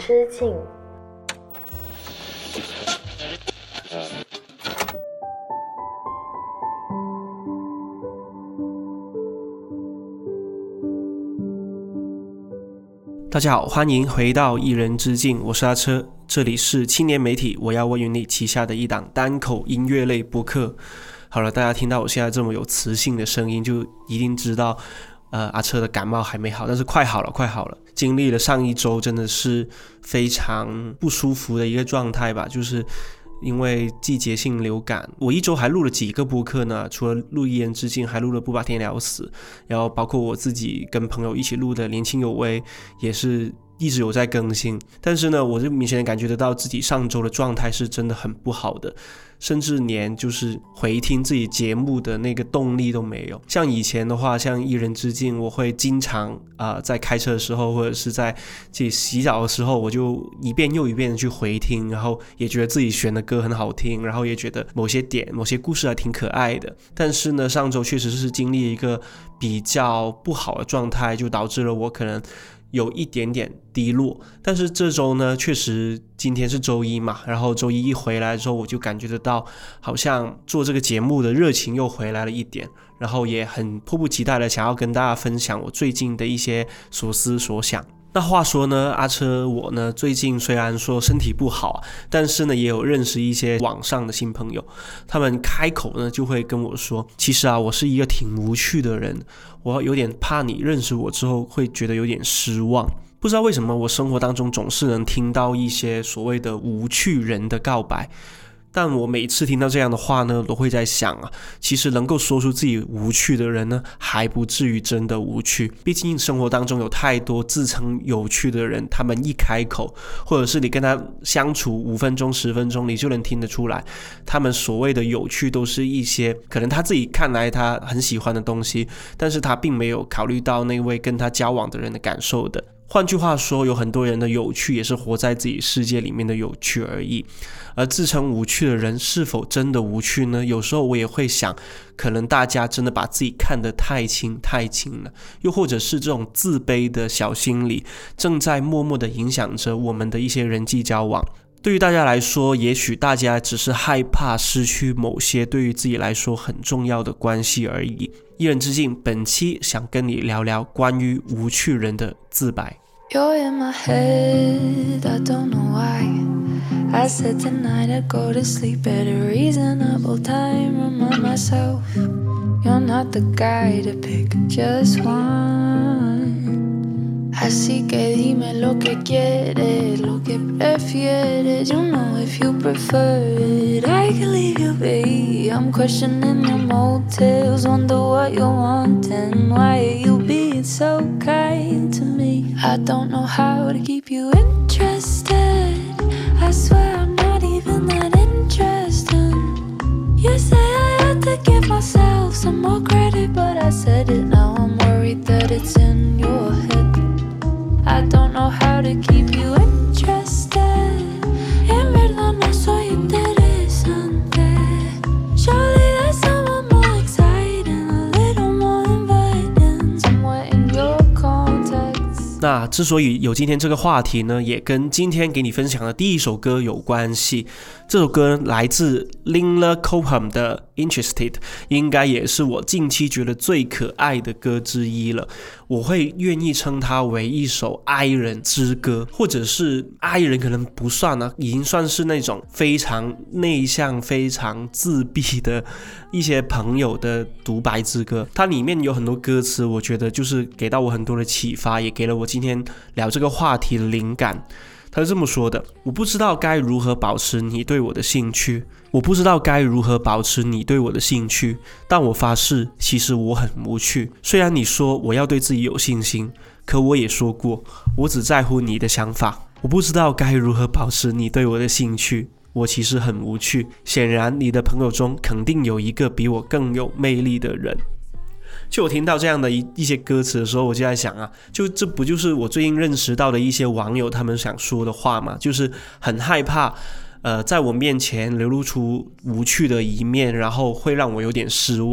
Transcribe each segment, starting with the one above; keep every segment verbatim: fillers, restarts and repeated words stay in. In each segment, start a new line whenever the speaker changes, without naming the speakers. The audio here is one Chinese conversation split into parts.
之境。
大家好，欢迎回到一人之境，我是阿车，这里是青年媒体我要问云你旗下的一档单口音乐类播客。好了，大家听到我现在这么有磁性的声音，就一定知道呃，阿车的感冒还没好，但是快好了快好了。经历了上一周真的是非常不舒服的一个状态吧，就是因为季节性流感，我一周还录了几个播客呢，除了录一人之境，还录了不把天聊死，然后包括我自己跟朋友一起录的年轻有为，也是一直有在更新。但是呢，我就明显的感觉得到自己上周的状态是真的很不好的，甚至连就是回听自己节目的那个动力都没有。像以前的话，像一人之境，我会经常、呃、在开车的时候，或者是在自己洗澡的时候，我就一遍又一遍的去回听，然后也觉得自己选的歌很好听，然后也觉得某些点某些故事还挺可爱的。但是呢，上周确实是经历一个比较不好的状态，就导致了我可能有一点点低落。但是这周呢，确实今天是周一嘛，然后周一一回来之后，我就感觉得到好像做这个节目的热情又回来了一点，然后也很迫不及待的想要跟大家分享我最近的一些所思所想。那话说呢，阿车我呢最近虽然说身体不好，但是呢也有认识一些网上的新朋友，他们开口呢就会跟我说，其实啊我是一个挺无趣的人，我有点怕你认识我之后会觉得有点失望。不知道为什么我生活当中总是能听到一些所谓的无趣人的告白，但我每次听到这样的话呢，都会在想啊，其实能够说出自己无趣的人呢，还不至于真的无趣。毕竟生活当中有太多自称有趣的人，他们一开口，或者是你跟他相处五分钟、十分钟，你就能听得出来，他们所谓的有趣都是一些可能他自己看来他很喜欢的东西，但是他并没有考虑到那位跟他交往的人的感受的。换句话说，有很多人的有趣也是活在自己世界里面的有趣而已。而自称无趣的人是否真的无趣呢？有时候我也会想，可能大家真的把自己看得太轻太轻了，又或者是这种自卑的小心理正在默默地影响着我们的一些人际交往。对于大家来说，也许大家只是害怕失去某些对于自己来说很重要的关系而已。一人之境本期想跟你聊聊关于无趣人的自白。
You're in my head, I don't know why. I said tonight I'd go to sleep at a reasonable time. Remind myself you're not the guy to pick just one. Así que dime lo que quieres, lo que prefieres. You know if you prefer it, I can leave you be. I'm questioning your motives, wonder what you're wanting. Why are you being so kind to me? I don't know how to keep you interested. I swear I'm not even that interesting. You say I had to give myself some more credit, but I said it, now I'm worried that it's in your head. I don't know how to keep you interested. En verdad no soy interesante. Surely there's someone more exciting, a little more inviting, somewhere in your context.
那之所以有今天这个话题呢，也跟今天给你分享的第一首歌有关系。这首歌来自 Linla Copham 的 Interested， 应该也是我近期觉得最可爱的歌之一了。我会愿意称它为一首哀人之歌，或者是哀人可能不算啊，已经算是那种非常内向非常自闭的一些朋友的独白之歌。它里面有很多歌词，我觉得就是给到我很多的启发，也给了我今天聊这个话题的灵感。他是这么说的，我不知道该如何保持你对我的兴趣，我不知道该如何保持你对我的兴趣，但我发誓其实我很无趣。虽然你说我要对自己有信心，可我也说过我只在乎你的想法。我不知道该如何保持你对我的兴趣，我其实很无趣。显然你的朋友中肯定有一个比我更有魅力的人。就我听到这样的 一, 一些歌词的时候，我就在想啊，就这不就是我最近认识到的一些网友他们想说的话吗？就是很害怕呃，在我面前流露出无趣的一面，然后会让我有点失望。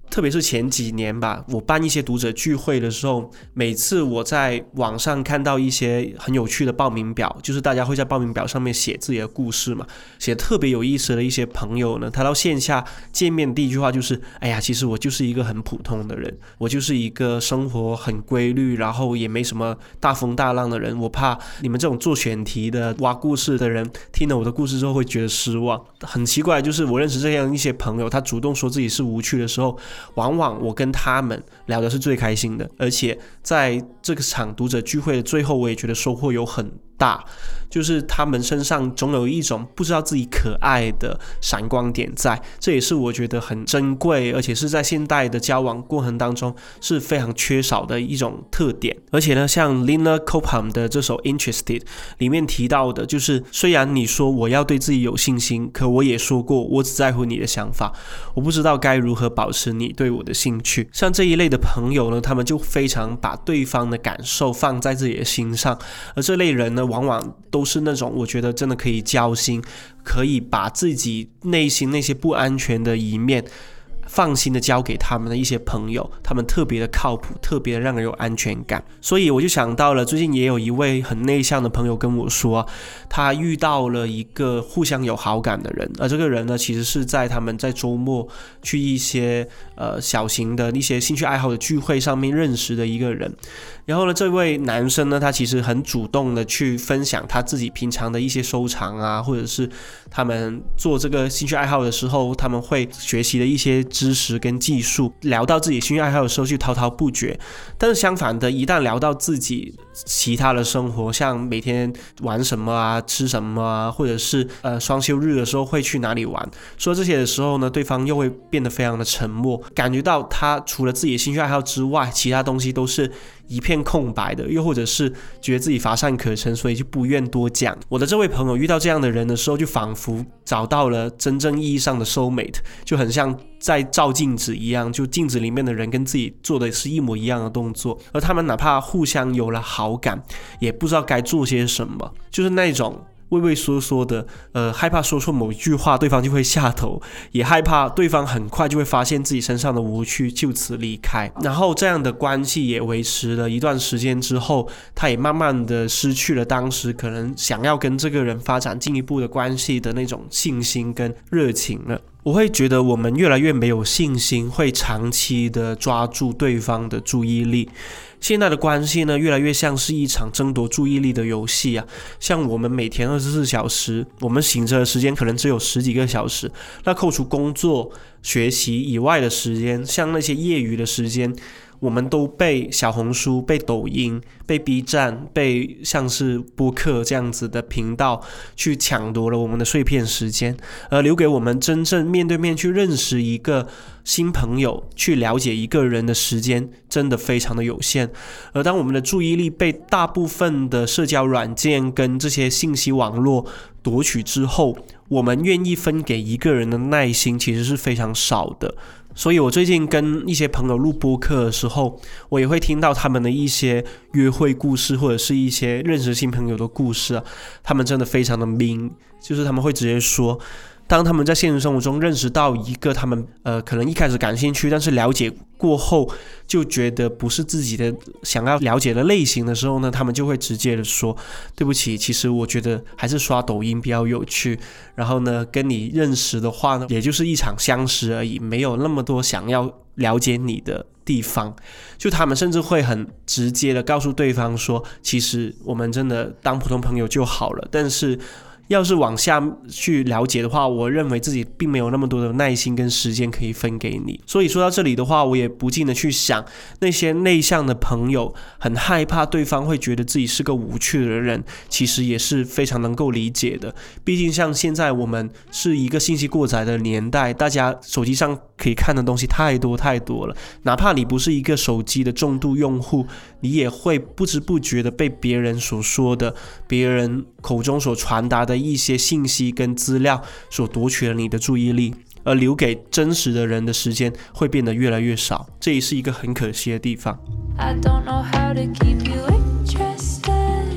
特别是前几年吧，我办一些读者聚会的时候，每次我在网上看到一些很有趣的报名表，就是大家会在报名表上面写自己的故事嘛，写特别有意思的一些朋友呢，他到线下见面第一句话就是哎呀，其实我就是一个很普通的人，我就是一个生活很规律，然后也没什么大风大浪的人，我怕你们这种做选题的挖故事的人听了我的故事之后会觉得失望。很奇怪，就是我认识这样一些朋友，他主动说自己是无趣的时候，往往我跟他们聊的是最开心的，而且在这个场读者聚会的最后，我也觉得收获有很大，就是他们身上总有一种不知道自己可爱的闪光点在，这也是我觉得很珍贵，而且是在现代的交往过程当中是非常缺少的一种特点。而且呢，像 Lina Copham 的这首 Interested 里面提到的，就是虽然你说我要对自己有信心，可我也说过我只在乎你的想法，我不知道该如何保持你对我的兴趣。像这一类的朋友呢，他们就非常把对方的感受放在自己的心上，而这类人呢，往往都是那种我觉得真的可以交心，可以把自己内心那些不安全的一面放心的交给他们的一些朋友，他们特别的靠谱，特别的让人有安全感。所以我就想到了，最近也有一位很内向的朋友跟我说，他遇到了一个互相有好感的人，而这个人呢，其实是在他们在周末去一些呃小型的一些兴趣爱好的聚会上面认识的一个人。然后呢，这位男生呢，他其实很主动的去分享他自己平常的一些收藏啊，或者是他们做这个兴趣爱好的时候，他们会学习的一些知识跟技术，聊到自己兴趣爱好的时候就滔滔不绝。但是相反的，一旦聊到自己其他的生活，像每天玩什么啊，吃什么啊，或者是呃双休日的时候会去哪里玩，说这些的时候呢，对方又会变得非常的沉默，感觉到他除了自己的兴趣爱好之外，其他东西都是一片空白的，又或者是觉得自己乏善可陈，所以就不愿多讲。我的这位朋友遇到这样的人的时候，就仿佛找到了真正意义上的 soulmate， 就很像在照镜子一样，就镜子里面的人跟自己做的是一模一样的动作，而他们哪怕互相有了好感，也不知道该做些什么，就是那种畏畏缩缩的，呃，害怕说错某一句话对方就会下头，也害怕对方很快就会发现自己身上的无趣，就此离开。然后这样的关系也维持了一段时间之后，他也慢慢的失去了当时可能想要跟这个人发展进一步的关系的那种信心跟热情了。我会觉得我们越来越没有信心，会长期的抓住对方的注意力。现在的关系呢，越来越像是一场争夺注意力的游戏啊。像我们每天二十四小时，我们醒着的时间可能只有十几个小时，那扣除工作、学习以外的时间，像那些业余的时间，我们都被小红书、被抖音、被 B 站、被像是播客这样子的频道去抢夺了我们的碎片时间，而留给我们真正面对面去认识一个新朋友，去了解一个人的时间真的非常的有限。而当我们的注意力被大部分的社交软件跟这些信息网络夺取之后，我们愿意分给一个人的耐心其实是非常少的。所以我最近跟一些朋友录播客的时候，我也会听到他们的一些约会故事，或者是一些认识新朋友的故事啊，他们真的非常的明，就是他们会直接说，当他们在现实生活中认识到一个他们呃可能一开始感兴趣，但是了解过后就觉得不是自己的想要了解的类型的时候呢，他们就会直接的说，对不起，其实我觉得还是刷抖音比较有趣，然后呢跟你认识的话呢，也就是一场相识而已，没有那么多想要了解你的地方。就他们甚至会很直接的告诉对方说，其实我们真的当普通朋友就好了，但是要是往下去了解的话，我认为自己并没有那么多的耐心跟时间可以分给你。所以说到这里的话，我也不禁的去想，那些内向的朋友很害怕对方会觉得自己是个无趣的人，其实也是非常能够理解的。毕竟像现在我们是一个信息过载的年代，大家手机上可以看的东西太多太多了，哪怕你不是一个手机的重度用户，你也会不知不觉的被别人所说的，别人口中所传达的一些信息跟资料所夺取了你的注意力，而留给真实的人的时间会变得越来越少，这也是一个很可惜的地方。
I don't know how to keep you interested.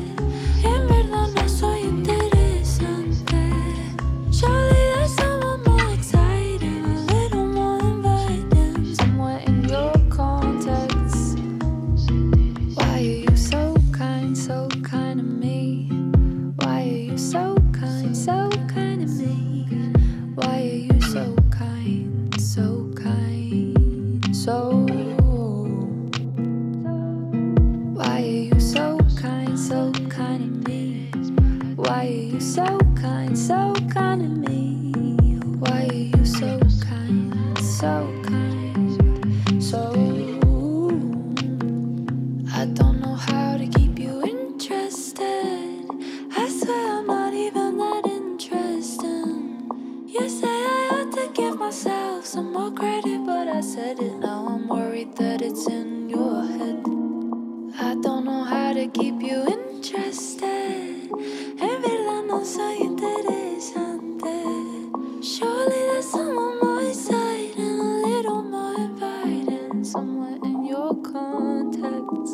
En verdad no soy interesante. Surely there's someone more exciting, a little more inviting, somewhere reminding me, why are you so kind, so kind, so I don't know how to keep you interested. I swear I'm not even that interesting. You say I ought to give myself some more credit, but I said it, now I'm worried that it's in your head. I don't know how to keep you interested. En verdad no soy interesante. Surely there's some on my side and a little more inviting somewhere in your contacts.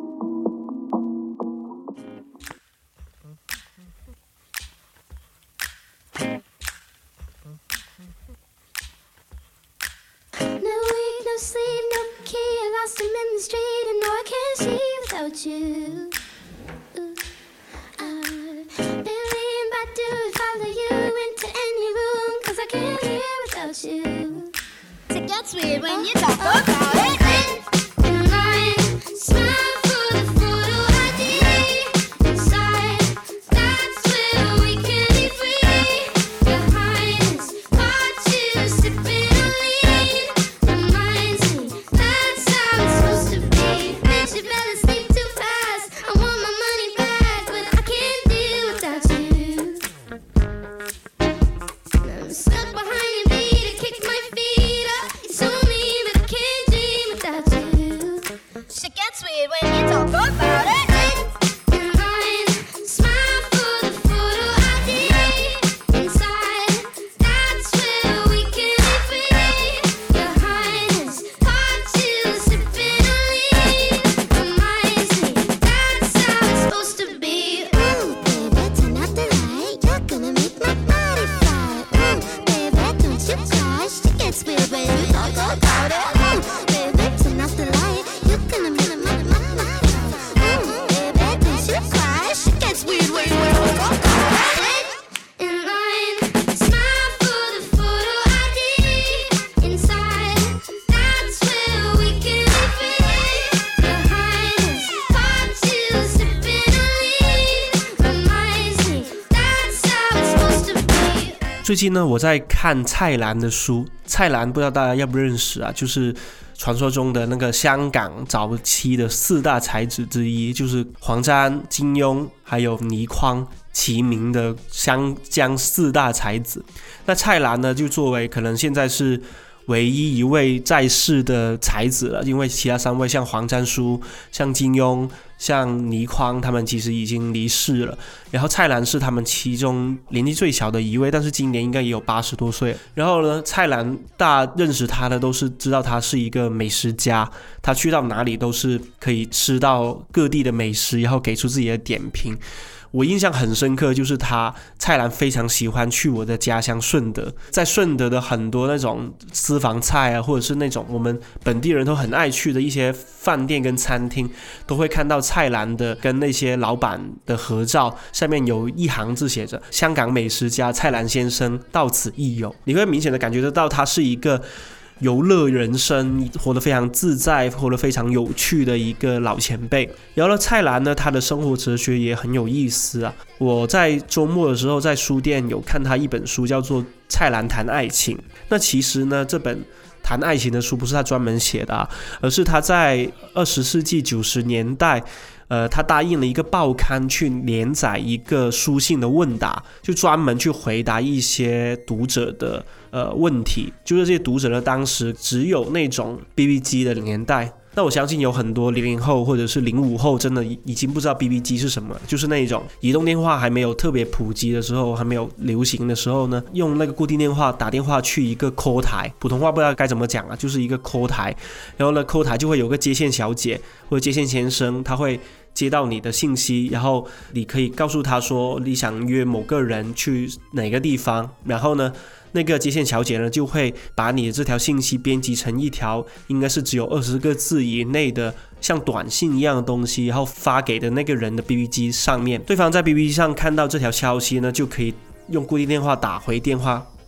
No week, no sleep, no key. I lost him in the street, and no, I can't see without you. Ooh, I've been laying by to follow you into any room, 'cause I can't hear without you. It gets weird when you talk about it. In line, smile for the photo I D. Inside, that's where we can be free. Behind us, watch you sipping on lean. Reminds me that's how it's supposed to be. Bitch, you better sleep too fast. I want my money back, but I can't deal without you. I'm stuck behind your beat, I kick my feet up. It's so mean, but I can't dream without you. Shit gets weird when you talk about it. In line, smile for the photo I D. Inside, that's where we can be free. Behind us, watch you sipping on lean. Reminds me that's how it's supposed to be. Ooh, baby, turn out the light. You're gonna make my body fly. Ooh, baby, don't you cry. Shit gets weird when you talk about it. Ooh, baby, turn out the light. You're gonna make my body fly. Ooh, baby, don't you cry. Shit gets weird when you talk about it. In line, smile for the photo I D. Inside, that's where we can be free. Behind us, watch you sipping on lean. Reminds me that's how it's supposed to be.
最近呢，我在看蔡澜的书。蔡澜不知道大家认不认识啊，就是传说中的那个香港早期的四大才子之一，就是黄沾、金庸还有倪匡齐名的湘江四大才子。那蔡澜呢，就作为可能现在是唯一一位在世的才子了，因为其他三位像黄沾书、像金庸、像倪匡，他们其实已经离世了。然后蔡澜是他们其中年纪最小的一位，但是今年应该也有八十多岁。然后呢，蔡澜大家认识他的都是知道他是一个美食家，他去到哪里都是可以吃到各地的美食，然后给出自己的点评。我印象很深刻，就是他蔡澜非常喜欢去我的家乡顺德，在顺德的很多那种私房菜啊，或者是那种我们本地人都很爱去的一些饭店跟餐厅，都会看到蔡澜的跟那些老板的合照，上面有一行字写着香港美食家蔡澜先生到此一游。你会明显的感觉得到他是一个游乐人生，活得非常自在，活得非常有趣的一个老前辈。然后呢，蔡澜呢，他的生活哲学也很有意思啊。我在周末的时候在书店有看他一本书，叫做《蔡澜谈爱情》。那其实呢，这本谈爱情的书不是他专门写的啊，而是他在二十世纪九十年代。呃，他答应了一个报刊去连载一个书信的问答，就专门去回答一些读者的呃问题。就是这些读者呢，当时只有那种 B B 机的年代。那我相信有很多零零后或者是零五后真的已经不知道 B B 机是什么，就是那种移动电话还没有特别普及的时候，还没有流行的时候呢，用那个固定电话打电话去一个 call 台，普通话不知道该怎么讲啊，就是一个 call 台，然后呢 call 台就会有个接线小姐或者接线先生，他会接到你的信息，然后你可以告诉他说你想约某个人去哪个地方，然后呢那个接线小姐呢就会把你的这条信息编辑成一条应该是只有二十个字以内的像短信一样的东西，然后发给的那个人的 B B 机上面。对方在 B B 机上看到这条消息呢，就可以用固定电话打回电话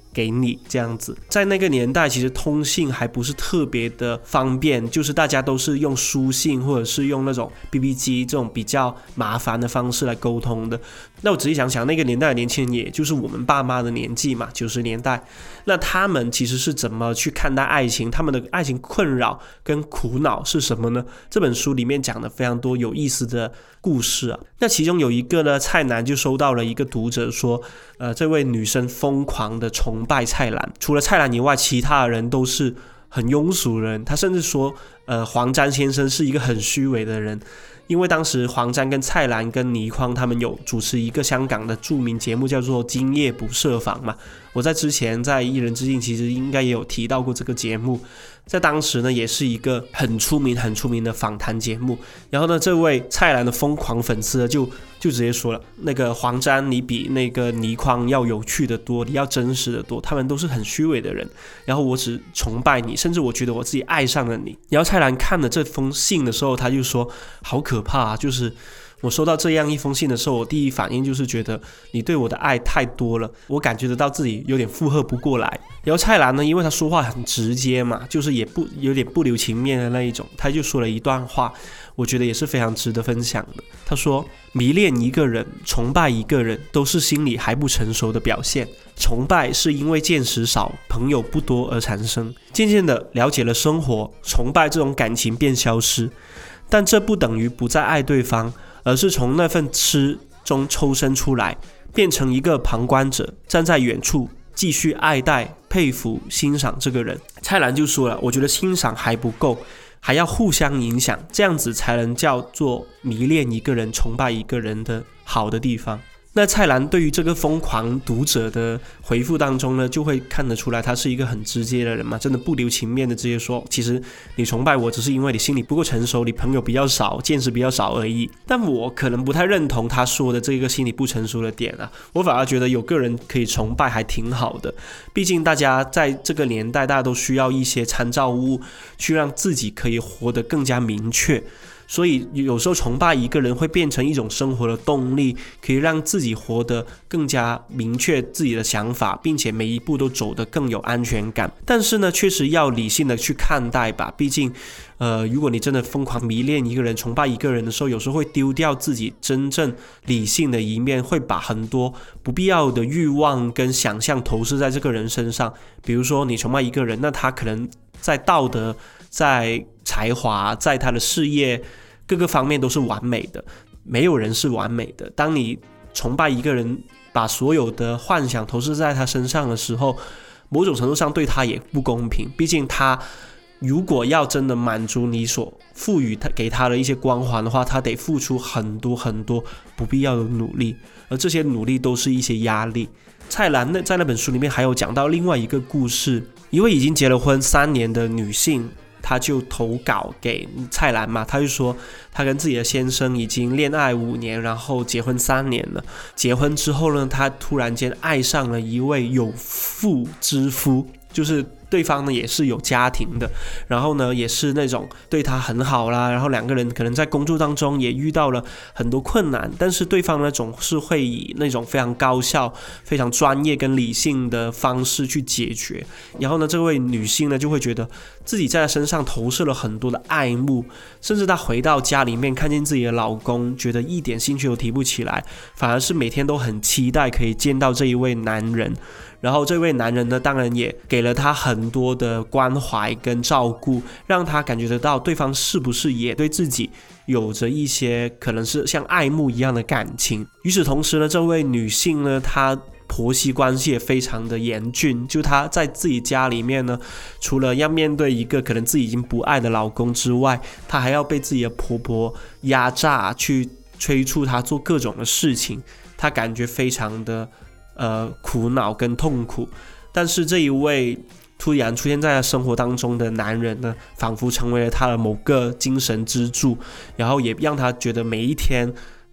给你这样子。在那个年代其实通信还不是特别的方便，就是大家都是用书信或者是用那种 B B 机这种比较麻烦的方式来沟通的。那我仔细想想，那个年代的年轻人也就是我们爸妈的年纪嘛，九十年代，那他们其实是怎么去看待爱情，他们的爱情困扰跟苦恼是什么呢？这本书里面讲的非常多有意思的故事啊。那其中有一个呢，蔡澜就收到了一个读者说，呃，这位女生疯狂的崇拜蔡澜，除了蔡澜以外，其他的人都是很庸俗的人。他甚至说，呃，黄沾先生是一个很虚伪的人。因为当时黄沾跟蔡澜跟倪匡他们有主持一个香港的著名节目叫做《今夜不设防》嘛，我在之前在一人之境其实应该也有提到过这个节目，在当时呢也是一个很出名很出名的访谈节目。然后呢，这位蔡澜的疯狂粉丝就就直接说了，那个黄沾你比那个倪匡要有趣的多，你要真实的多，他们都是很虚伪的人，然后我只崇拜你，甚至我觉得我自己爱上了你。然后蔡澜看了这封信的时候，他就说好可怕啊，就是我收到这样一封信的时候，我第一反应就是觉得你对我的爱太多了，我感觉得到自己有点负荷不过来。然后蔡澜呢，因为他说话很直接嘛，就是也不有点不留情面的那一种，他就说了一段话，我觉得也是非常值得分享的。他说，迷恋一个人，崇拜一个人，都是心理还不成熟的表现。崇拜是因为见识少，朋友不多而产生，渐渐的了解了生活，崇拜这种感情便消失。但这不等于不再爱对方，而是从那份痴中抽身出来，变成一个旁观者，站在远处继续爱戴、佩服、欣赏这个人。蔡澜就说了，我觉得欣赏还不够，还要互相影响，这样子才能叫做迷恋一个人、崇拜一个人的好的地方。那蔡澜对于这个疯狂读者的回复当中呢，就会看得出来他是一个很直接的人嘛，真的不留情面的直接说，其实你崇拜我只是因为你心里不够成熟，你朋友比较少，见识比较少而已。但我可能不太认同他说的这个心理不成熟的点啊，我反而觉得有个人可以崇拜还挺好的，毕竟大家在这个年代大家都需要一些参照物去让自己可以活得更加明确，所以有时候崇拜一个人会变成一种生活的动力，可以让自己活得更加明确自己的想法，并且每一步都走得更有安全感。但是呢，确实要理性的去看待吧，毕竟呃，如果你真的疯狂迷恋一个人、崇拜一个人的时候，有时候会丢掉自己真正理性的一面，会把很多不必要的欲望跟想象投射在这个人身上。比如说你崇拜一个人，那他可能在道德、在才华、在他的事业各个方面都是完美的，没有人是完美的。当你崇拜一个人，把所有的幻想投射在他身上的时候，某种程度上对他也不公平，毕竟他如果要真的满足你所赋予他给他的一些光环的话，他得付出很多很多不必要的努力，而这些努力都是一些压力。蔡澜在那本书里面还有讲到另外一个故事，一位已经结了婚三年的女性，她就投稿给蔡澜嘛，她就说她跟自己的先生已经恋爱五年，然后结婚三年了。结婚之后呢，她突然间爱上了一位有妇之夫，就是对方呢也是有家庭的，然后呢也是那种对他很好啦，然后两个人可能在工作当中也遇到了很多困难，但是对方呢总是会以那种非常高效、非常专业跟理性的方式去解决。然后呢，这位女性呢就会觉得自己在她身上投射了很多的爱慕，甚至她回到家里面看见自己的老公，觉得一点兴趣都提不起来，反而是每天都很期待可以见到这一位男人。然后这位男人呢，当然也给了他很多的关怀跟照顾，让他感觉得到对方是不是也对自己有着一些可能是像爱慕一样的感情。与此同时呢，这位女性呢，她婆媳关系也非常的严峻，就她在自己家里面呢，除了要面对一个可能自己已经不爱的老公之外，她还要被自己的婆婆压榨，去催促她做各种的事情，她感觉非常的呃，苦恼跟痛苦。但是这一位突然出现在他生活当中的男人呢，仿佛成为了他的某个精神支柱，然后也让他觉得每一天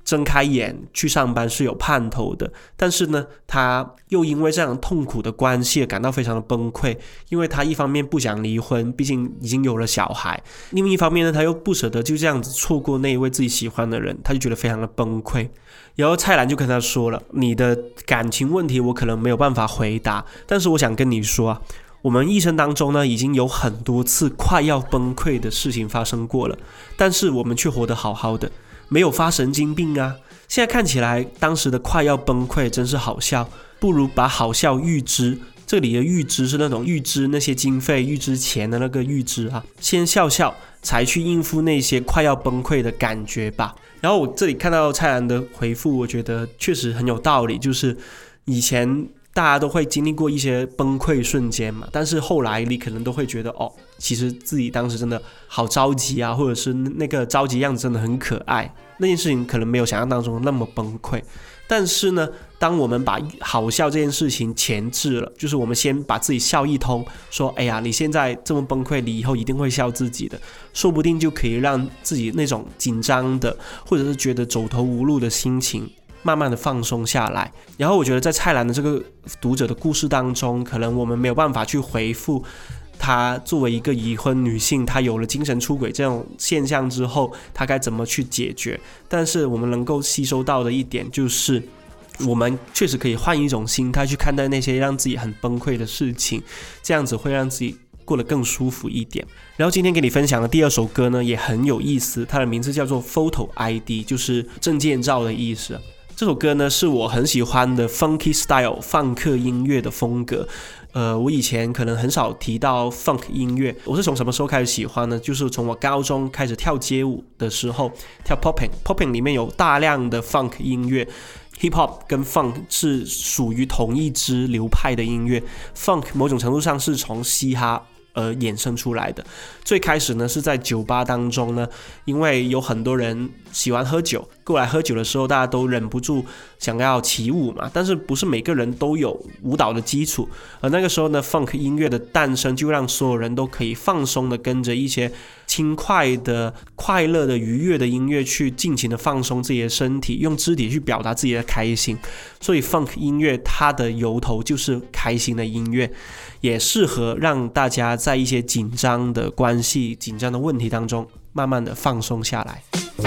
睁开眼去上班是有盼头的，但是呢他又因为这样痛苦的关系感到非常的崩溃，因为他一方面不想离婚，毕竟已经有了小孩，另一方面呢他又不舍得就这样子错过那一位自己喜欢的人，他就觉得非常的崩溃。然后蔡澜就跟他说了，你的感情问题我可能没有办法回答，但是我想跟你说啊，我们一生当中呢已经有很多次快要崩溃的事情发生过了，但是我们却活得好好的，没有发神经病啊。现在看起来当时的快要崩溃真是好笑，不如把好笑预支，这里的预支是那种预支那些经费预支钱的那个预支啊，先笑笑才去应付那些快要崩溃的感觉吧。然后我这里看到蔡澜的回复，我觉得确实很有道理，就是以前大家都会经历过一些崩溃瞬间嘛，但是后来你可能都会觉得哦，其实自己当时真的好着急啊，或者是那个着急样子真的很可爱，那件事情可能没有想象当中那么崩溃。但是呢，当我们把好笑这件事情前置了，就是我们先把自己笑一通，说哎呀你现在这么崩溃，你以后一定会笑自己的，说不定就可以让自己那种紧张的或者是觉得走投无路的心情慢慢的放松下来。然后我觉得在蔡澜的这个读者的故事当中，可能我们没有办法去回复她作为一个已婚女性，她有了精神出轨这种现象之后她该怎么去解决，但是我们能够吸收到的一点就是我们确实可以换一种心态去看待那些让自己很崩溃的事情，这样子会让自己过得更舒服一点。然后今天给你分享的第二首歌呢也很有意思，它的名字叫做 Photo I D， 就是证件照的意思。这首歌呢是我很喜欢的 funky style 放克音乐的风格。呃，我以前可能很少提到 funk 音乐，我是从什么时候开始喜欢呢？就是从我高中开始跳街舞的时候，跳 popping popping 里面有大量的 funk 音乐，Hip Hop 跟 Funk 是属于同一支流派的音乐， Funk 某种程度上是从嘻哈而衍生出来的。最开始呢是在酒吧当中呢，因为有很多人喜欢喝酒，过来喝酒的时候大家都忍不住想要起舞嘛，但是不是每个人都有舞蹈的基础，而那个时候呢 Funk 音乐的诞生就让所有人都可以放松的跟着一些轻快的快乐的愉悦的音乐去尽情的放松自己的身体，用肢体去表达自己的开心。所以 Funk 音乐它的由头就是开心的音乐，也适合让大家在一些紧张的关系紧张的问题当中慢慢的放松下来。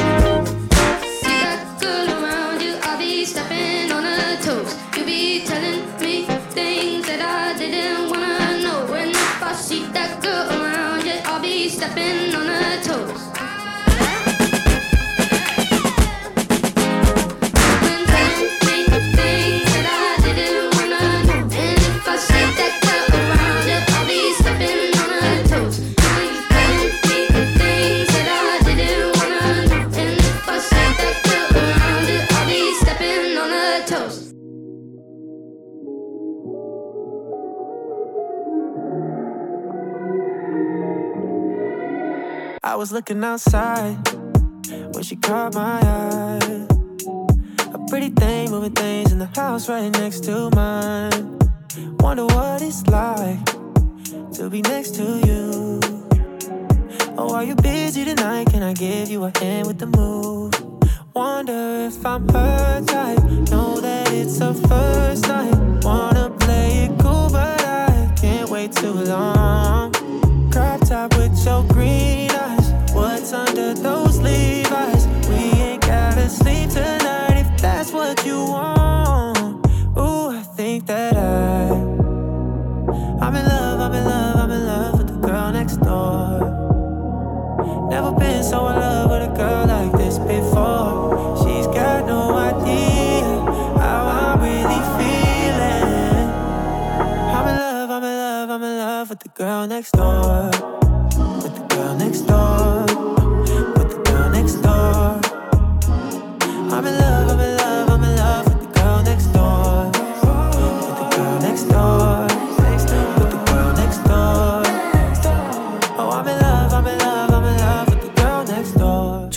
Stepping on her toes. Things that I didn't wanna know. And if I see that girl around you, I'll be stepping on her toes. Things that I didn't wanna know. And if I see that girl around you, I'll be stepping on her toes.
I was looking outside when she caught my eye. A pretty thing moving things in the house right next to mine. Wonder what it's like to be next to you. Oh, are you busy tonight? Can I give you a hand with the move? Wonder if I'm her type. Know that it's the first night. Wanna play it cool, but I can't wait too long. Crop top with your green eyes. What's under those Levi's? We ain't gotta sleep tonight if that's what you want. Ooh, I think that I I'm in love, I'm in love, I'm in love with the girl next door. Never been so in love with a girl like this before. She's got no idea how I'm really feeling. I'm in love, I'm in love, I'm in love with the girl next door. With the girl next door. With the girl next door. I'm in love, I'm in love, I'm in love with the girl next door. With the girl next door. With the girl next door. Oh, I'm in love, I'm in love, I'm in love with the girl next door.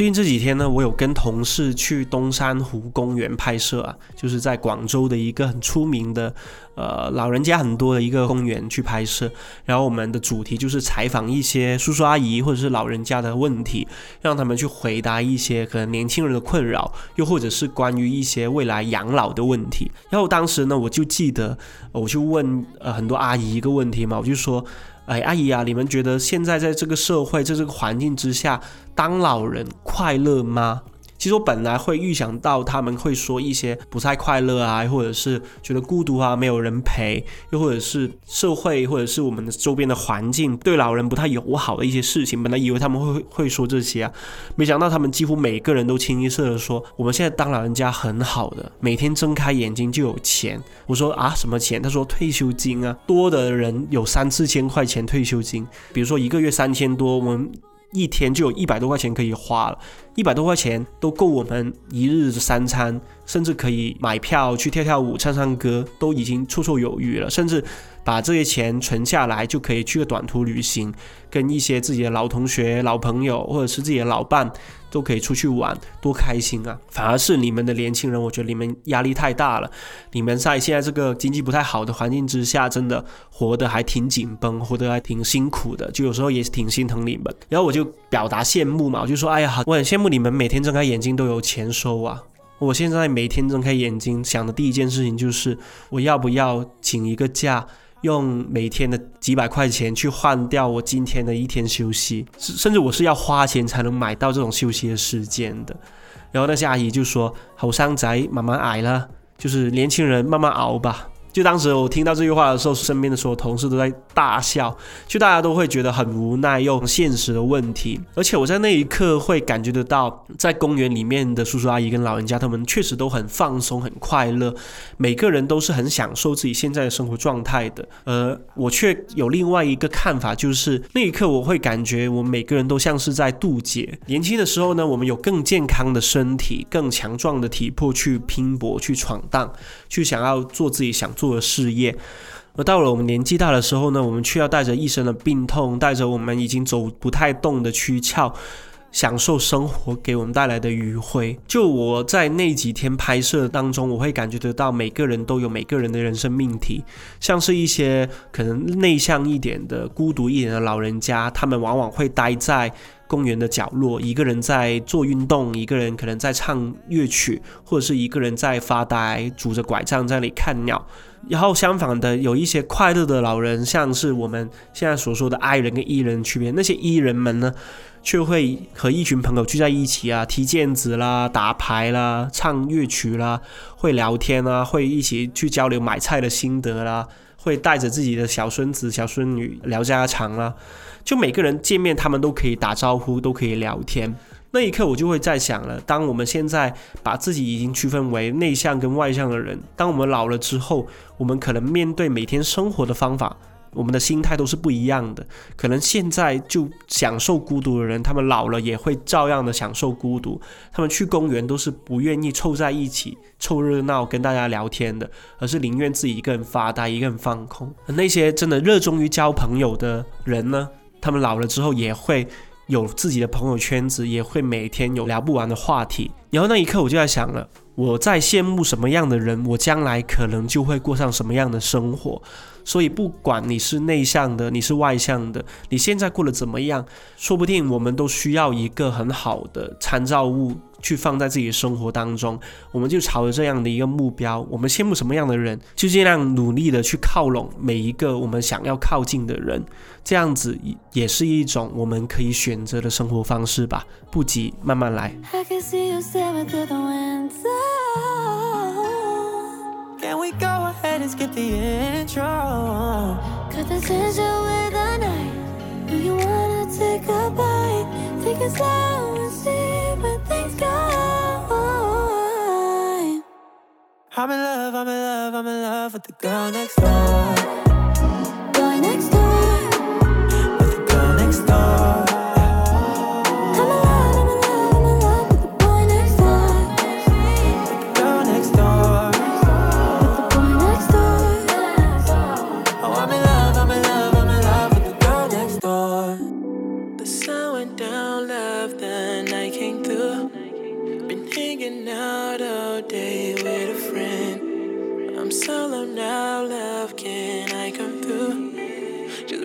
最近这几天呢，我有跟同事去东山湖公园拍摄啊，就是在广州的一个很出名的呃老人家很多的一个公园去拍摄。然后我们的主题就是采访一些叔叔阿姨或者是老人家的问题，让他们去回答一些可能年轻人的困扰，又或者是关于一些未来养老的问题。然后当时呢，我就记得我就问呃很多阿姨一个问题嘛，我就说，哎，阿姨啊，你们觉得现在在这个社会在这个环境之下，当老人快乐吗？其实我本来会预想到他们会说一些不太快乐啊，或者是觉得孤独啊，没有人陪，又或者是社会或者是我们的周边的环境对老人不太友好的一些事情。本来以为他们会会说这些啊，没想到他们几乎每个人都清一色的说，我们现在当老人家很好的，每天睁开眼睛就有钱。我说啊，什么钱？他说退休金啊，多的人有三四千块钱退休金，比如说一个月三千多，我们一天就有一百多块钱可以花了，一百多块钱都够我们一日的三餐，甚至可以买票去跳跳舞、唱唱歌，都已经绰绰有余了。甚至把这些钱存下来，就可以去个短途旅行，跟一些自己的老同学、老朋友，或者是自己的老伴，都可以出去玩，多开心啊！反而是你们的年轻人，我觉得你们压力太大了，你们在现在这个经济不太好的环境之下，真的活得还挺紧绷，活得还挺辛苦的，就有时候也挺心疼你们。然后我就表达羡慕嘛，我就说，哎呀，我很羡慕你们每天睁开眼睛都有钱收啊！我现在每天睁开眼睛想的第一件事情就是，我要不要请一个假，用每天的几百块钱去换掉我今天的一天休息，甚至我是要花钱才能买到这种休息的时间的。然后那些阿姨就说，后生仔慢慢挨啦，就是年轻人慢慢熬吧。就当时我听到这句话的时候，身边的所有同事都在大笑，就大家都会觉得很无奈又很现实的问题。而且我在那一刻会感觉得到，在公园里面的叔叔阿姨跟老人家，他们确实都很放松很快乐，每个人都是很享受自己现在的生活状态的。而我却有另外一个看法，就是那一刻我会感觉我们每个人都像是在渡劫。年轻的时候呢，我们有更健康的身体，更强壮的体魄去拼搏去闯荡，去想要做自己想做做的事业。而到了我们年纪大的时候呢，我们却要带着一身的病痛，带着我们已经走不太动的躯壳，享受生活给我们带来的余晖。就我在那几天拍摄当中，我会感觉得到每个人都有每个人的人生命题，像是一些可能内向一点的孤独一点的老人家，他们往往会待在公园的角落，一个人在做运动，一个人可能在唱乐曲，或者是一个人在发呆，拄着拐杖在那里看鸟。然后相反的，有一些快乐的老人，像是我们现在所说的 I 人跟 E 人的区别，那些 E 人们呢，却会和一群朋友聚在一起啊，踢毽子啦，打牌啦，唱乐曲啦，会聊天啊，会一起去交流买菜的心得啦，会带着自己的小孙子小孙女聊家常啦，就每个人见面他们都可以打招呼，都可以聊天。那一刻我就会在想了，当我们现在把自己已经区分为内向跟外向的人，当我们老了之后，我们可能面对每天生活的方法，我们的心态都是不一样的。可能现在就享受孤独的人，他们老了也会照样的享受孤独，他们去公园都是不愿意凑在一起凑热闹跟大家聊天的，而是宁愿自己一个人发呆，一个人放空。而那些真的热衷于交朋友的人呢，他们老了之后也会有自己的朋友圈子，也会每天有聊不完的话题。然后那一刻我就在想了，我在羡慕什么样的人，我将来可能就会过上什么样的生活。所以不管你是内向的，你是外向的，你现在过得怎么样，说不定我们都需要一个很好的参照物去放在自己的生活当中。我们就朝着这样的一个目标，我们羡慕什么样的人，就这样努力的去靠拢每一个我们想要靠近的人，这样子也是一种我们可以选择的生活方式吧。不急，慢慢来。
I can see you staring through the window.
Can we go ahead and skip the intro?
Cut the tension with a knife. Do you wanna take a bite? Take it slow and see where things go.
I'm in love, I'm in love, I'm in love with the girl next door.
Boy next door.
With the girl next door.
I'm in love, I'm in love, I'm in love with the boy next door.
With the girl next door.
With the boy next door.
Oh, I'm in love, I'm in love, I'm in love with the girl next door. The sun went down, love, the night came through.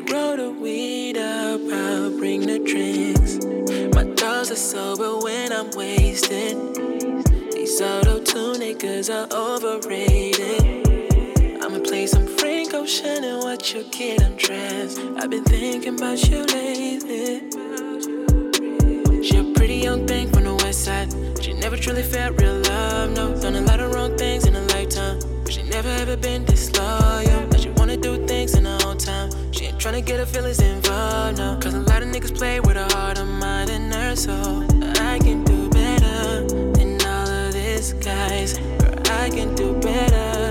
roll the weed up, I'll bring the drinks. My dogs are sober when I'm wasted. These auto-tune niggas are overrated. I'ma play some Frank Ocean and watch your kid undress. I've been thinking about you lately. She a pretty young thing from the west side. She never truly felt real love, no. Done a lot of wrong things in a lifetime, but she never ever been disloyal. Now she wanna do things in her own time. She ain't tryna get her feelings involved, no. Cause a lot of niggas play with her heart and mind and her soul. I can do better than all of these guys. Girl, I can do better.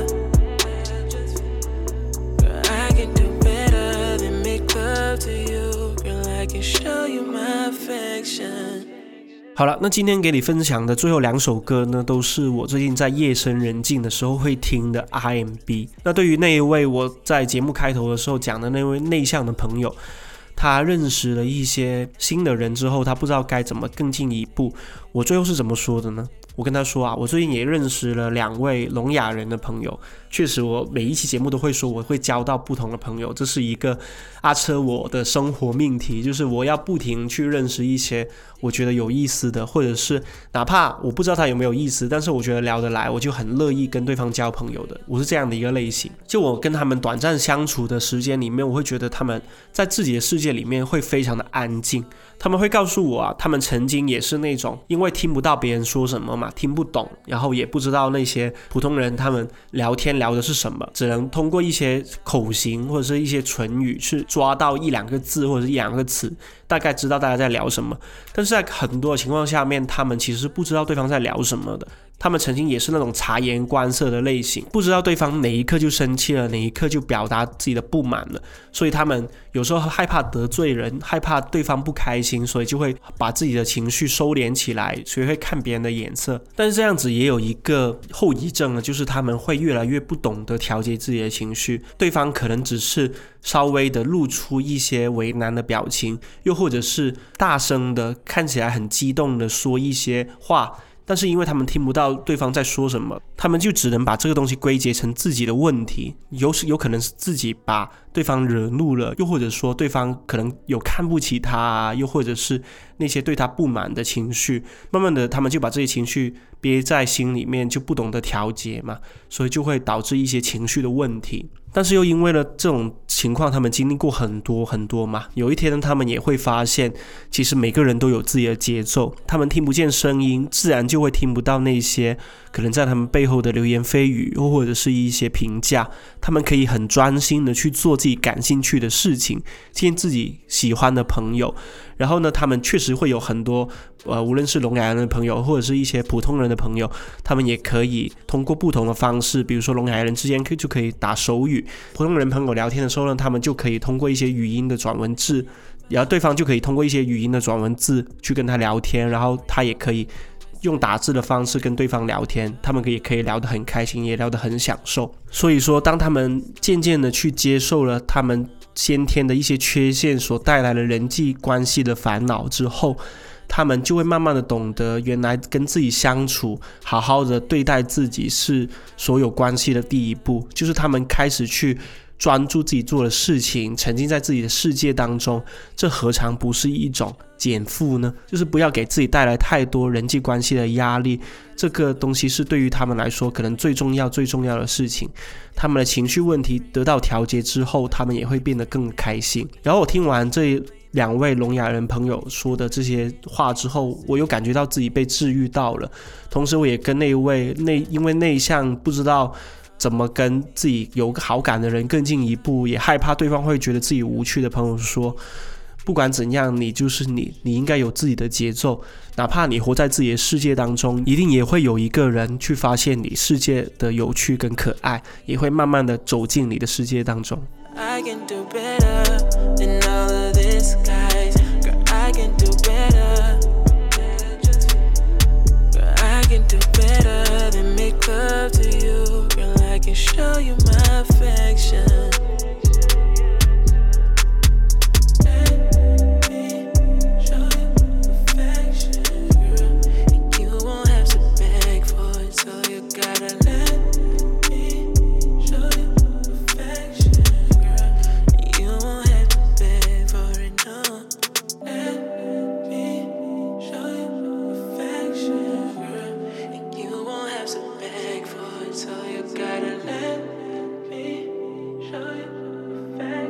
Girl, I can do better than make love to you. Girl, I can show you my affection.
好了，那今天给你分享的最后两首歌呢，都是我最近在夜深人静的时候会听的 R and B。 那对于那一位我在节目开头的时候讲的那位内向的朋友，他认识了一些新的人之后，他不知道该怎么更进一步，我最后是怎么说的呢？我跟他说啊，我最近也认识了两位聋哑人的朋友。确实我每一期节目都会说我会交到不同的朋友，这是一个阿车我的生活命题，就是我要不停去认识一些我觉得有意思的，或者是哪怕我不知道他有没有意思，但是我觉得聊得来，我就很乐意跟对方交朋友的。我是这样的一个类型，就我跟他们短暂相处的时间里面，我会觉得他们在自己的世界里面会非常的安静。他们会告诉我啊，他们曾经也是那种因为听不到别人说什么嘛，听不懂，然后也不知道那些普通人他们聊天聊的是什么，只能通过一些口型或者是一些唇语去抓到一两个字或者是一两个词，大概知道大家在聊什么。但是在很多情况下面，他们其实是不知道对方在聊什么的。他们曾经也是那种察言观色的类型，不知道对方哪一刻就生气了，哪一刻就表达自己的不满了，所以他们有时候害怕得罪人，害怕对方不开心，所以就会把自己的情绪收敛起来，所以会看别人的眼色。但是这样子也有一个后遗症呢，就是他们会越来越不懂得调节自己的情绪，对方可能只是稍微的露出一些为难的表情，又或者是大声的看起来很激动的说一些话，但是因为他们听不到对方在说什么，他们就只能把这个东西归结成自己的问题， 有, 有可能是自己把对方惹怒了，又或者说对方可能有看不起他啊，又或者是那些对他不满的情绪，慢慢的他们就把这些情绪憋在心里面，就不懂得调节嘛，所以就会导致一些情绪的问题。但是又因为了这种情况，他们经历过很多很多嘛，有一天他们也会发现，其实每个人都有自己的节奏，他们听不见声音，自然就会听不到那些可能在他们背后的流言蜚语，或者是一些评价。他们可以很专心的去做自己感兴趣的事情，见自己喜欢的朋友。然后呢，他们确实会有很多呃，无论是聋哑人的朋友，或者是一些普通人的朋友，他们也可以通过不同的方式，比如说聋哑人之间就可以打手语，普通人朋友聊天的时候呢，他们就可以通过一些语音的转文字，然后对方就可以通过一些语音的转文字去跟他聊天，然后他也可以用打字的方式跟对方聊天，他们也可以聊得很开心，也聊得很享受。所以说当他们渐渐的去接受了他们先天的一些缺陷所带来的人际关系的烦恼之后，他们就会慢慢的懂得，原来跟自己相处，好好的对待自己是所有关系的第一步，就是他们开始去专注自己做的事情，沉浸在自己的世界当中，这何尝不是一种减负呢？就是不要给自己带来太多人际关系的压力，这个东西是对于他们来说可能最重要最重要的事情。他们的情绪问题得到调节之后，他们也会变得更开心。然后我听完这两位聋哑人朋友说的这些话之后，我有感觉到自己被治愈到了，同时我也跟那位内因为内向不知道怎么跟自己有好感的人更进一步，也害怕对方会觉得自己无趣的朋友说，不管怎样，你就是你，你应该有自己的节奏，哪怕你活在自己的世界当中，一定也会有一个人去发现你世界的有趣跟可爱，也会慢慢的走进你的世界当中。
I can do better than all of these guys. Girl, I can do better. Girl, I can do better than make love to you. Girl, I can show you my affection. Let me show you my affection, girl. And you won't have to beg for it, so you gotta let me show you my affection, girl. And you won't have to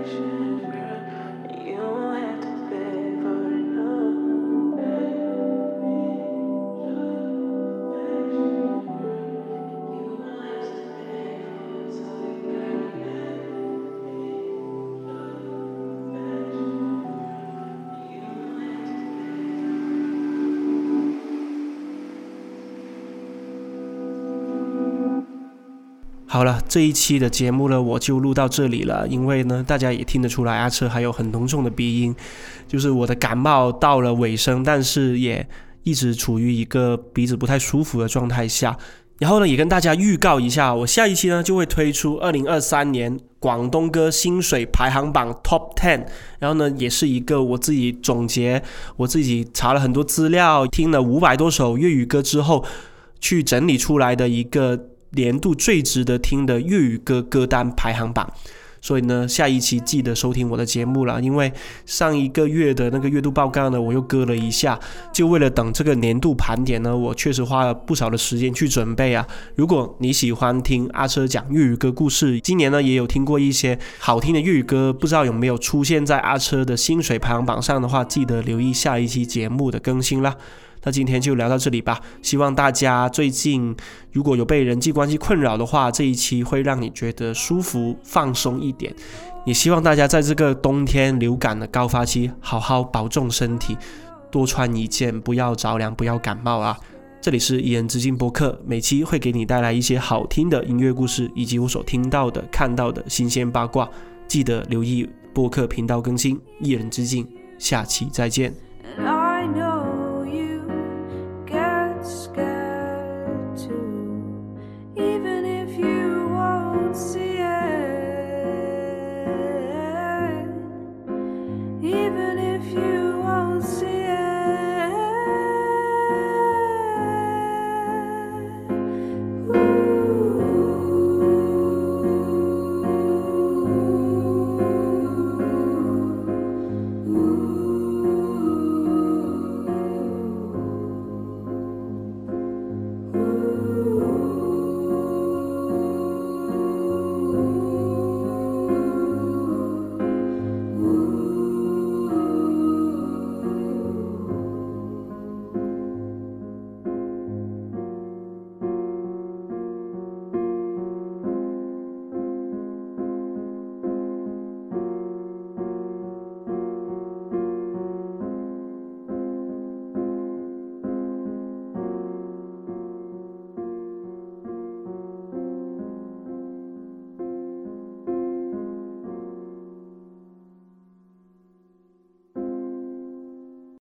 好了，这一期的节目呢，我就录到这里了。因为呢，大家也听得出来，阿车还有很浓重的鼻音，就是我的感冒到了尾声，但是也一直处于一个鼻子不太舒服的状态下。然后呢，也跟大家预告一下，我下一期呢就会推出二零二三年广东歌薪水排行榜 Top 十， 然后呢，也是一个我自己总结，我自己查了很多资料，听了五百多首粤语歌之后，去整理出来的一个年度最值得听的粤语歌歌单排行榜。所以呢，下一期记得收听我的节目了，因为上一个月的那个月度报告呢，我又割了一下，就为了等这个年度盘点呢，我确实花了不少的时间去准备啊。如果你喜欢听阿车讲粤语歌故事，今年呢也有听过一些好听的粤语歌，不知道有没有出现在阿车的薪水排行榜上的话，记得留意下一期节目的更新啦。那今天就聊到这里吧，希望大家最近如果有被人际关系困扰的话，这一期会让你觉得舒服放松一点，也希望大家在这个冬天流感的高发期好好保重身体，多穿一件，不要着凉，不要感冒啊。这里是一人之境播客，每期会给你带来一些好听的音乐故事，以及我所听到的看到的新鲜八卦，记得留意播客频道更新。一人之境，下期再见。